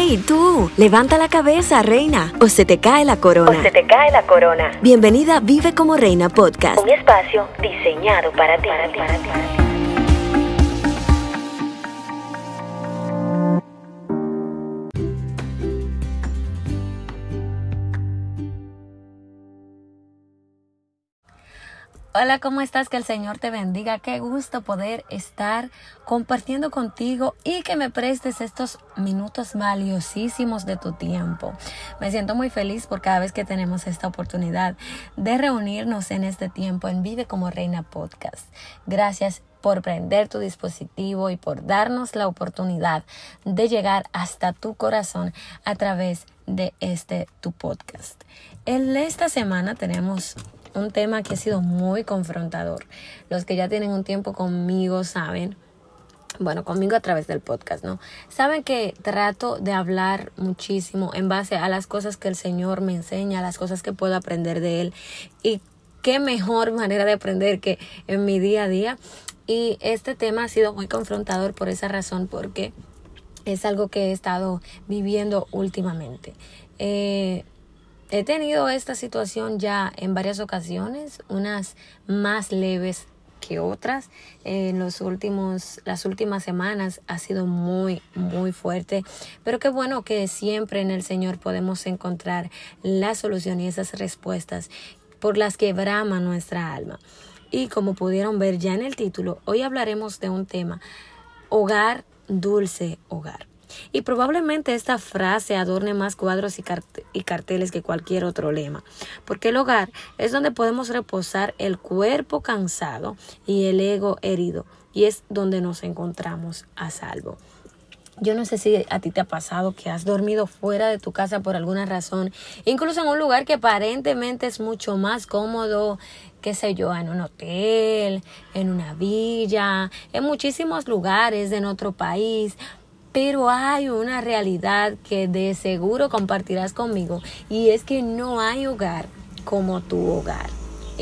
Hey, tú, levanta la cabeza, reina, o se te cae la corona. Bienvenida a Vive como Reina Podcast. Un espacio diseñado para ti. Hola, ¿cómo estás? Que el Señor te bendiga. Qué gusto poder estar compartiendo contigo y que me prestes estos minutos valiosísimos de tu tiempo. Me siento muy feliz por cada vez que tenemos esta oportunidad de reunirnos en este tiempo en Vive como Reina Podcast. Gracias por prender tu dispositivo y por darnos la oportunidad de llegar hasta tu corazón a través de tu podcast. En esta semana tenemos un tema que ha sido muy confrontador. Los que ya tienen un tiempo conmigo saben, conmigo a través del podcast, ¿no? Saben que trato de hablar muchísimo en base a las cosas que el Señor me enseña, las cosas que puedo aprender de Él. Y qué mejor manera de aprender que en mi día a día. Y este tema ha sido muy confrontador por esa razón, porque es algo que he estado viviendo últimamente. He tenido esta situación ya en varias ocasiones, unas más leves que otras. En las últimas semanas ha sido muy, muy fuerte. Pero qué bueno que siempre en el Señor podemos encontrar la solución y esas respuestas por las que brama nuestra alma. Y como pudieron ver ya en el título, hoy hablaremos de un tema: hogar, dulce hogar. Y probablemente esta frase adorne más cuadros y carteles que cualquier otro lema, porque el hogar es donde podemos reposar el cuerpo cansado y el ego herido, y es donde nos encontramos a salvo. Yo no sé si a ti te ha pasado que has dormido fuera de tu casa por alguna razón, incluso en un lugar que aparentemente es mucho más cómodo, qué sé yo, en un hotel, en una villa, en muchísimos lugares de nuestro país. Pero hay una realidad que de seguro compartirás conmigo, y es que no hay hogar como tu hogar.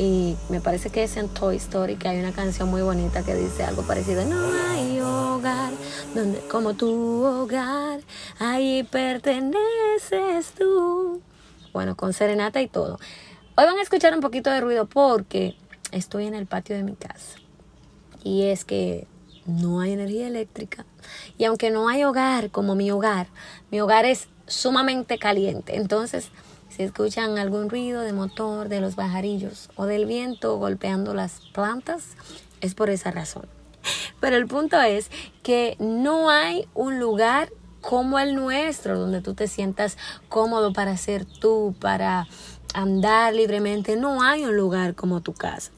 Y me parece que es en Toy Story que hay una canción muy bonita que dice algo parecido: no hay hogar como tu hogar, ahí perteneces tú. Bueno, con serenata y todo. Hoy van a escuchar un poquito de ruido porque estoy en el patio de mi casa, y es que no hay energía eléctrica. Y aunque no hay hogar como mi hogar es sumamente caliente. Entonces, si escuchan algún ruido de motor, de los pajarillos o del viento golpeando las plantas, es por esa razón. Pero el punto es que no hay un lugar como el nuestro, donde tú te sientas cómodo para ser tú, para andar libremente. No hay un lugar como tu casa.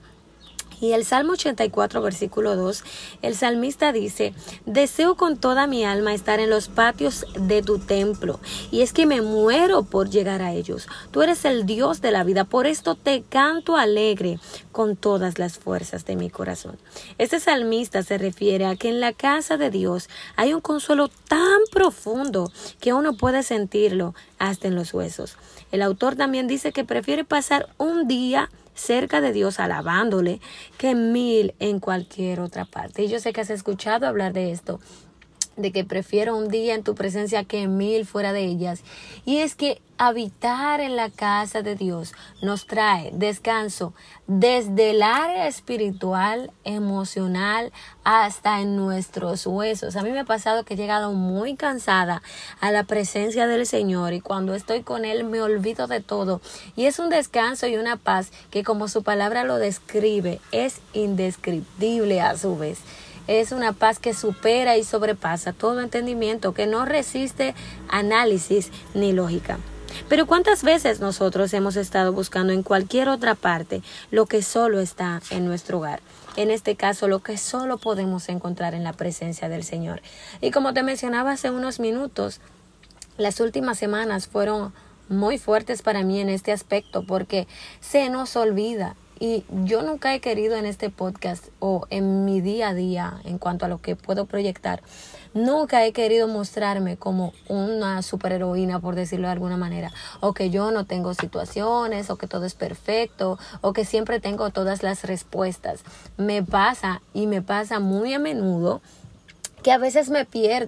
Y el Salmo 84, versículo 2, el salmista dice: deseo con toda mi alma estar en los patios de tu templo, y es que me muero por llegar a ellos. Tú eres el Dios de la vida, por esto te canto alegre con todas las fuerzas de mi corazón. Este salmista se refiere a que en la casa de Dios hay un consuelo tan profundo que uno puede sentirlo hasta en los huesos. El autor también dice que prefiere pasar un día cerca de Dios alabándole que 1000 en cualquier otra parte. Y yo sé que has escuchado hablar de esto, de que prefiero un día en tu presencia que 1000 fuera de ellas. Y es que habitar en la casa de Dios nos trae descanso desde el área espiritual, emocional, hasta en nuestros huesos. A mí me ha pasado que he llegado muy cansada a la presencia del Señor, y cuando estoy con Él me olvido de todo. Y es un descanso y una paz que, como su palabra lo describe, es indescriptible a su vez. Es una paz que supera y sobrepasa todo entendimiento, que no resiste análisis ni lógica. Pero ¿cuántas veces nosotros hemos estado buscando en cualquier otra parte lo que solo está en nuestro hogar? En este caso, lo que solo podemos encontrar en la presencia del Señor. Y como te mencionaba hace unos minutos, las últimas semanas fueron muy fuertes para mí en este aspecto, porque se nos olvida. Y yo nunca he querido en este podcast o en mi día a día, en cuanto a lo que puedo proyectar, nunca he querido mostrarme como una superheroína, por decirlo de alguna manera, o que yo no tengo situaciones, o que todo es perfecto, o que siempre tengo todas las respuestas. Me pasa, y me pasa muy a menudo, que a veces me pierdo.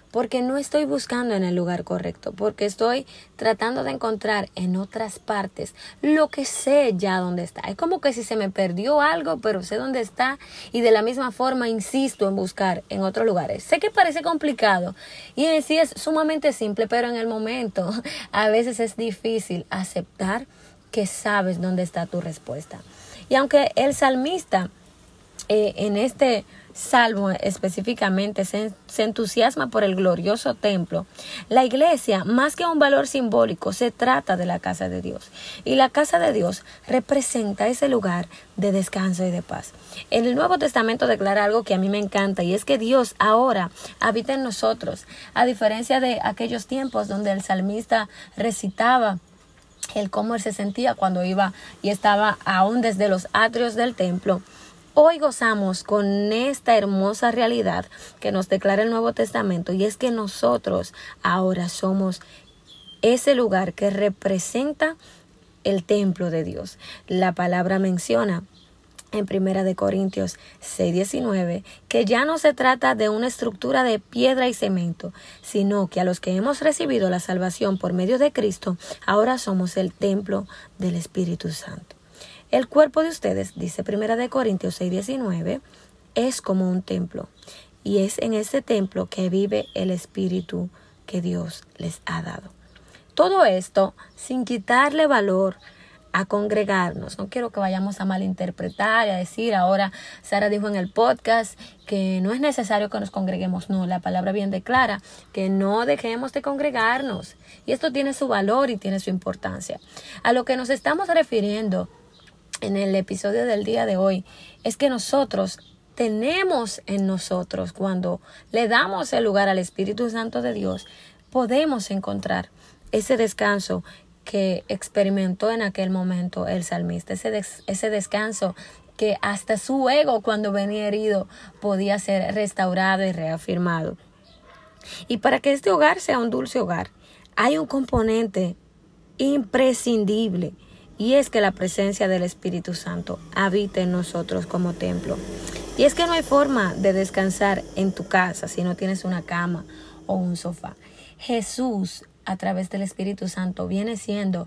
porque no estoy buscando en el lugar correcto, porque estoy tratando de encontrar en otras partes lo que sé ya dónde está. Es como que si se me perdió algo, pero sé dónde está, y de la misma forma insisto en buscar en otros lugares. Sé que parece complicado y en sí es sumamente simple, pero en el momento a veces es difícil aceptar que sabes dónde está tu respuesta. Y aunque el salmista en este salmo específicamente se entusiasma por el glorioso templo, la iglesia, más que un valor simbólico, se trata de la casa de Dios. Y la casa de Dios representa ese lugar de descanso y de paz. En el Nuevo Testamento declara algo que a mí me encanta, y es que Dios ahora habita en nosotros, a diferencia de aquellos tiempos donde el salmista recitaba el cómo él se sentía cuando iba y estaba aún desde los atrios del templo. Hoy gozamos con esta hermosa realidad que nos declara el Nuevo Testamento, y es que nosotros ahora somos ese lugar que representa el templo de Dios. La palabra menciona en 1 Corintios 6:19 que ya no se trata de una estructura de piedra y cemento, sino que a los que hemos recibido la salvación por medio de Cristo, ahora somos el templo del Espíritu Santo. El cuerpo de ustedes, dice 1 Corintios 6:19, es como un templo, y es en ese templo que vive el Espíritu que Dios les ha dado. Todo esto sin quitarle valor a congregarnos. No quiero que vayamos a malinterpretar y a decir, ahora Sara dijo en el podcast que no es necesario que nos congreguemos. No, la palabra bien declara que no dejemos de congregarnos, y esto tiene su valor y tiene su importancia. A lo que nos estamos refiriendo en el episodio del día de hoy es que nosotros tenemos en nosotros, cuando le damos el lugar al Espíritu Santo de Dios, podemos encontrar ese descanso que experimentó en aquel momento el salmista, ese descanso que hasta su ego, cuando venía herido, podía ser restaurado y reafirmado. Y para que este hogar sea un dulce hogar, hay un componente imprescindible, y es que la presencia del Espíritu Santo habita en nosotros como templo. Y es que no hay forma de descansar en tu casa si no tienes una cama o un sofá. Jesús, a través del Espíritu Santo, viene siendo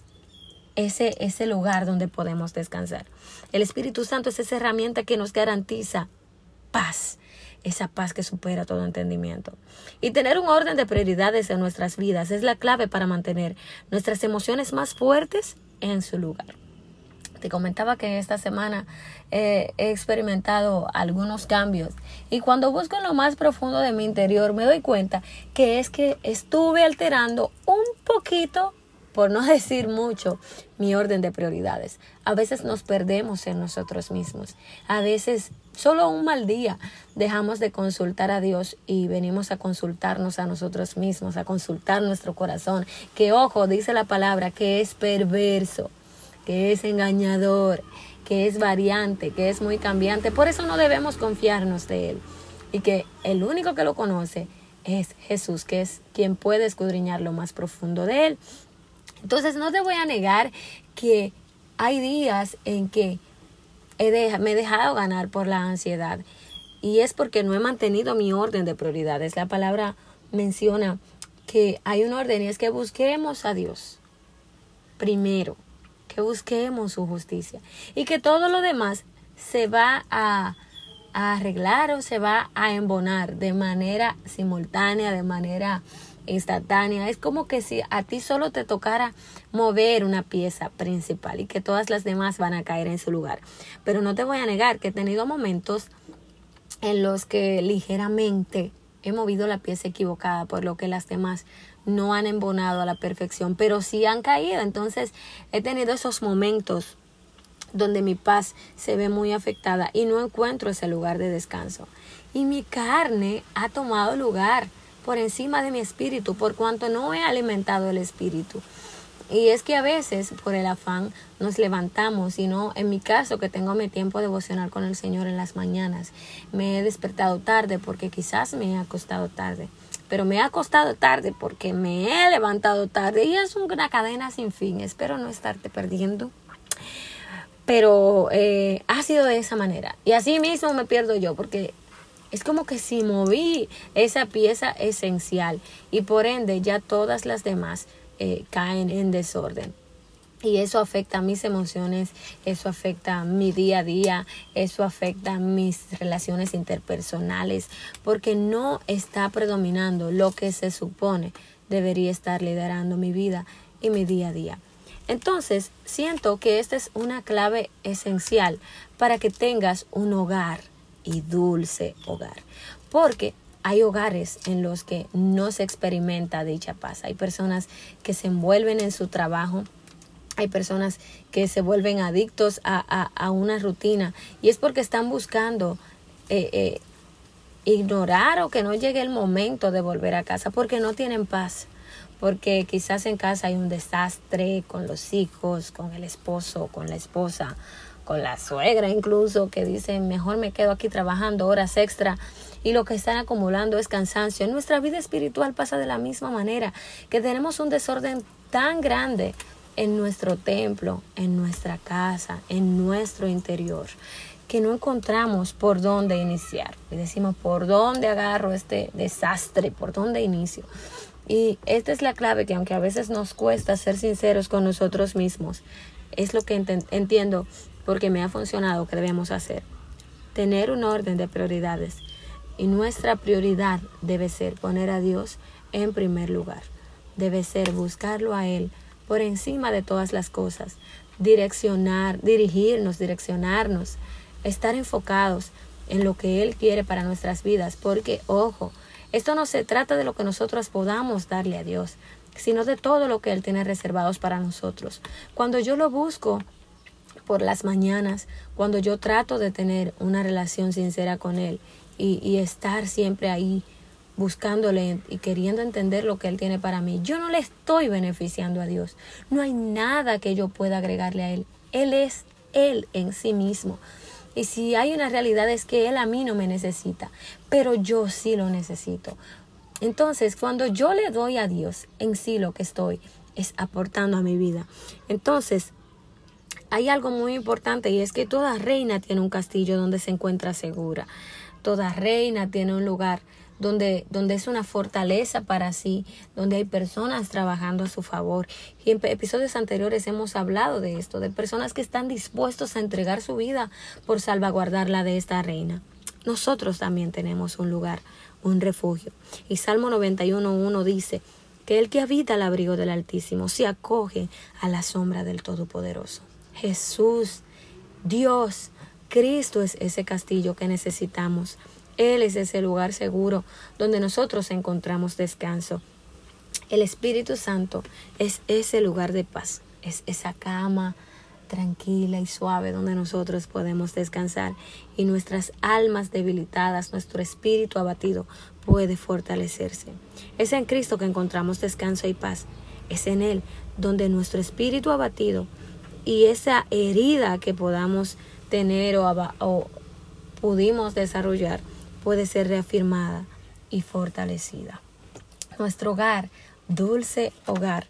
ese lugar donde podemos descansar. El Espíritu Santo es esa herramienta que nos garantiza paz, esa paz que supera todo entendimiento. Y tener un orden de prioridades en nuestras vidas es la clave para mantener nuestras emociones más fuertes en su lugar. Te comentaba que esta semana he experimentado algunos cambios, y cuando busco en lo más profundo de mi interior me doy cuenta que es que estuve alterando un poquito, por no decir mucho, mi orden de prioridades. A veces nos perdemos en nosotros mismos. A veces solo un mal día dejamos de consultar a Dios y venimos a consultarnos a nosotros mismos, a consultar nuestro corazón, que, ojo, dice la palabra que es perverso, que es engañador, que es variante, que es muy cambiante. Por eso no debemos confiarnos de él, y que el único que lo conoce es Jesús, que es quien puede escudriñar lo más profundo de él. Entonces no te voy a negar que hay días en que me he dejado ganar por la ansiedad, y es porque no he mantenido mi orden de prioridades. La palabra menciona que hay un orden, y es que busquemos a Dios primero, que busquemos su justicia, y que todo lo demás se va a arreglar o se va a embonar de manera simultánea, de manera instantánea. Es como que si a ti solo te tocara mover una pieza principal y que todas las demás van a caer en su lugar. Pero no te voy a negar que he tenido momentos en los que ligeramente he movido la pieza equivocada, por lo que las demás no han embonado a la perfección, pero sí han caído. Entonces he tenido esos momentos donde mi paz se ve muy afectada y no encuentro ese lugar de descanso. Y mi carne ha tomado lugar por encima de mi espíritu, por cuanto no he alimentado el espíritu. Y es que a veces por el afán nos levantamos, y no, en mi caso, que tengo mi tiempo devocional con el Señor en las mañanas, me he despertado tarde porque quizás me he acostado tarde, pero me he acostado tarde porque me he levantado tarde, y es una cadena sin fin. Espero no estarte perdiendo, pero ha sido de esa manera, y así mismo me pierdo yo, porque Es como que si moví esa pieza esencial y por ende ya todas las demás caen en desorden. Y eso afecta mis emociones, eso afecta mi día a día, eso afecta mis relaciones interpersonales, porque no está predominando lo que se supone debería estar liderando mi vida y mi día a día. Entonces, siento que esta es una clave esencial para que tengas un hogar y dulce hogar, porque hay hogares en los que no se experimenta dicha paz. Hay personas que se envuelven en su trabajo. Hay personas que se vuelven adictos a una rutina y es porque están buscando ignorar o que no llegue el momento de volver a casa porque no tienen paz, porque quizás en casa hay un desastre con los hijos, con el esposo, con la esposa, con la suegra incluso, que dicen mejor me quedo aquí trabajando horas extra y lo que están acumulando es cansancio. En nuestra vida espiritual pasa de la misma manera, que tenemos un desorden tan grande en nuestro templo, en nuestra casa, en nuestro interior, que no encontramos por dónde iniciar. Y decimos, ¿por dónde agarro este desastre? ¿Por dónde inicio? Y esta es la clave que aunque a veces nos cuesta ser sinceros con nosotros mismos, es lo que entiendo porque me ha funcionado que debemos hacer. Tener un orden de prioridades. Y nuestra prioridad debe ser poner a Dios en primer lugar. Debe ser buscarlo a Él por encima de todas las cosas, direccionarnos, estar enfocados en lo que Él quiere para nuestras vidas, porque, ojo, esto no se trata de lo que nosotros podamos darle a Dios, sino de todo lo que Él tiene reservados para nosotros. Cuando yo lo busco por las mañanas, cuando yo trato de tener una relación sincera con Él y estar siempre ahí, buscándole y queriendo entender lo que Él tiene para mí, yo no le estoy beneficiando a Dios. No hay nada que yo pueda agregarle a Él. Él es Él en sí mismo. Y si hay una realidad es que Él a mí no me necesita, pero yo sí lo necesito. Entonces, cuando yo le doy a Dios, en sí lo que estoy es aportando a mi vida. Entonces, hay algo muy importante y es que toda reina tiene un castillo donde se encuentra segura. Toda reina tiene un lugar donde es una fortaleza para sí, donde hay personas trabajando a su favor. Y en episodios anteriores hemos hablado de esto, de personas que están dispuestos a entregar su vida por salvaguardarla de esta reina. Nosotros también tenemos un lugar, un refugio. Y Salmo 91:1 dice que el que habita al abrigo del Altísimo se acoge a la sombra del Todopoderoso. Jesús, Dios, Cristo es ese castillo que necesitamos. Él es ese lugar seguro donde nosotros encontramos descanso. El Espíritu Santo es ese lugar de paz, es esa cama tranquila y suave donde nosotros podemos descansar y nuestras almas debilitadas, nuestro espíritu abatido puede fortalecerse. Es en Cristo que encontramos descanso y paz. Es en Él donde nuestro espíritu abatido y esa herida que podamos tener o pudimos desarrollar puede ser reafirmada y fortalecida. Nuestro hogar, dulce hogar,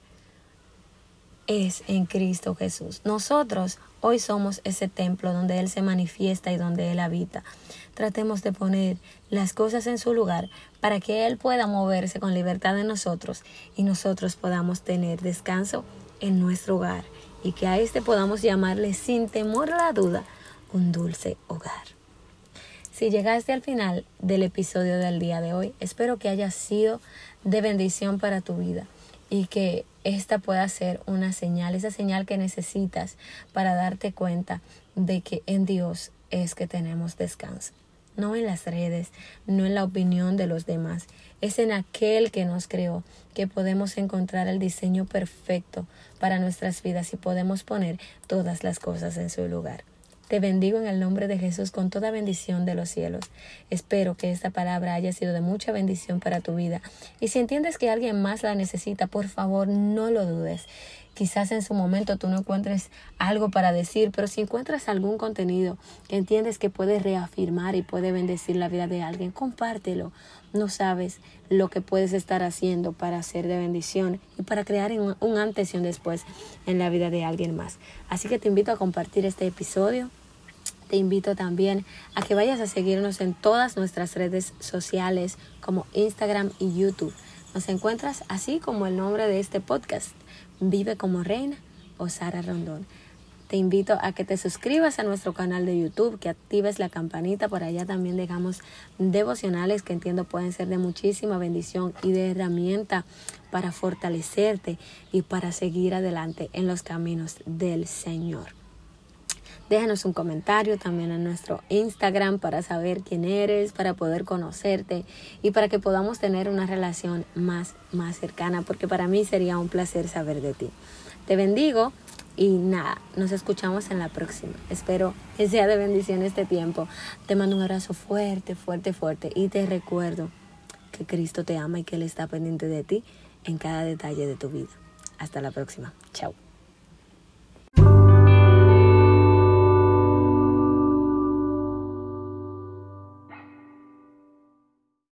es en Cristo Jesús. Nosotros hoy somos ese templo donde Él se manifiesta y donde Él habita. Tratemos de poner las cosas en su lugar para que Él pueda moverse con libertad en nosotros y nosotros podamos tener descanso en nuestro hogar y que a este podamos llamarle sin temor a la duda un dulce hogar. Si llegaste al final del episodio del día de hoy, espero que haya sido de bendición para tu vida y que esta pueda ser una señal, esa señal que necesitas para darte cuenta de que en Dios es que tenemos descanso. No en las redes, no en la opinión de los demás. Es en aquel que nos creó que podemos encontrar el diseño perfecto para nuestras vidas y podemos poner todas las cosas en su lugar. Te bendigo en el nombre de Jesús con toda bendición de los cielos. Espero que esta palabra haya sido de mucha bendición para tu vida. Y si entiendes que alguien más la necesita, por favor, no lo dudes. Quizás en su momento tú no encuentres algo para decir, pero si encuentras algún contenido que entiendes que puede reafirmar y puede bendecir la vida de alguien, compártelo. No sabes lo que puedes estar haciendo para ser de bendición y para crear un antes y un después en la vida de alguien más. Así que te invito a compartir este episodio. Te invito también a que vayas a seguirnos en todas nuestras redes sociales como Instagram y YouTube. Nos encuentras así como el nombre de este podcast, Vive como Reina o Sara Rondón. Te invito a que te suscribas a nuestro canal de YouTube, que actives la campanita. Por allá también dejamos devocionales que entiendo pueden ser de muchísima bendición y de herramienta para fortalecerte y para seguir adelante en los caminos del Señor. Déjanos un comentario también en nuestro Instagram para saber quién eres, para poder conocerte y para que podamos tener una relación más cercana, porque para mí sería un placer saber de ti. Te bendigo y nada, nos escuchamos en la próxima. Espero que sea de bendición este tiempo. Te mando un abrazo fuerte y te recuerdo que Cristo te ama y que Él está pendiente de ti en cada detalle de tu vida. Hasta la próxima. Chao.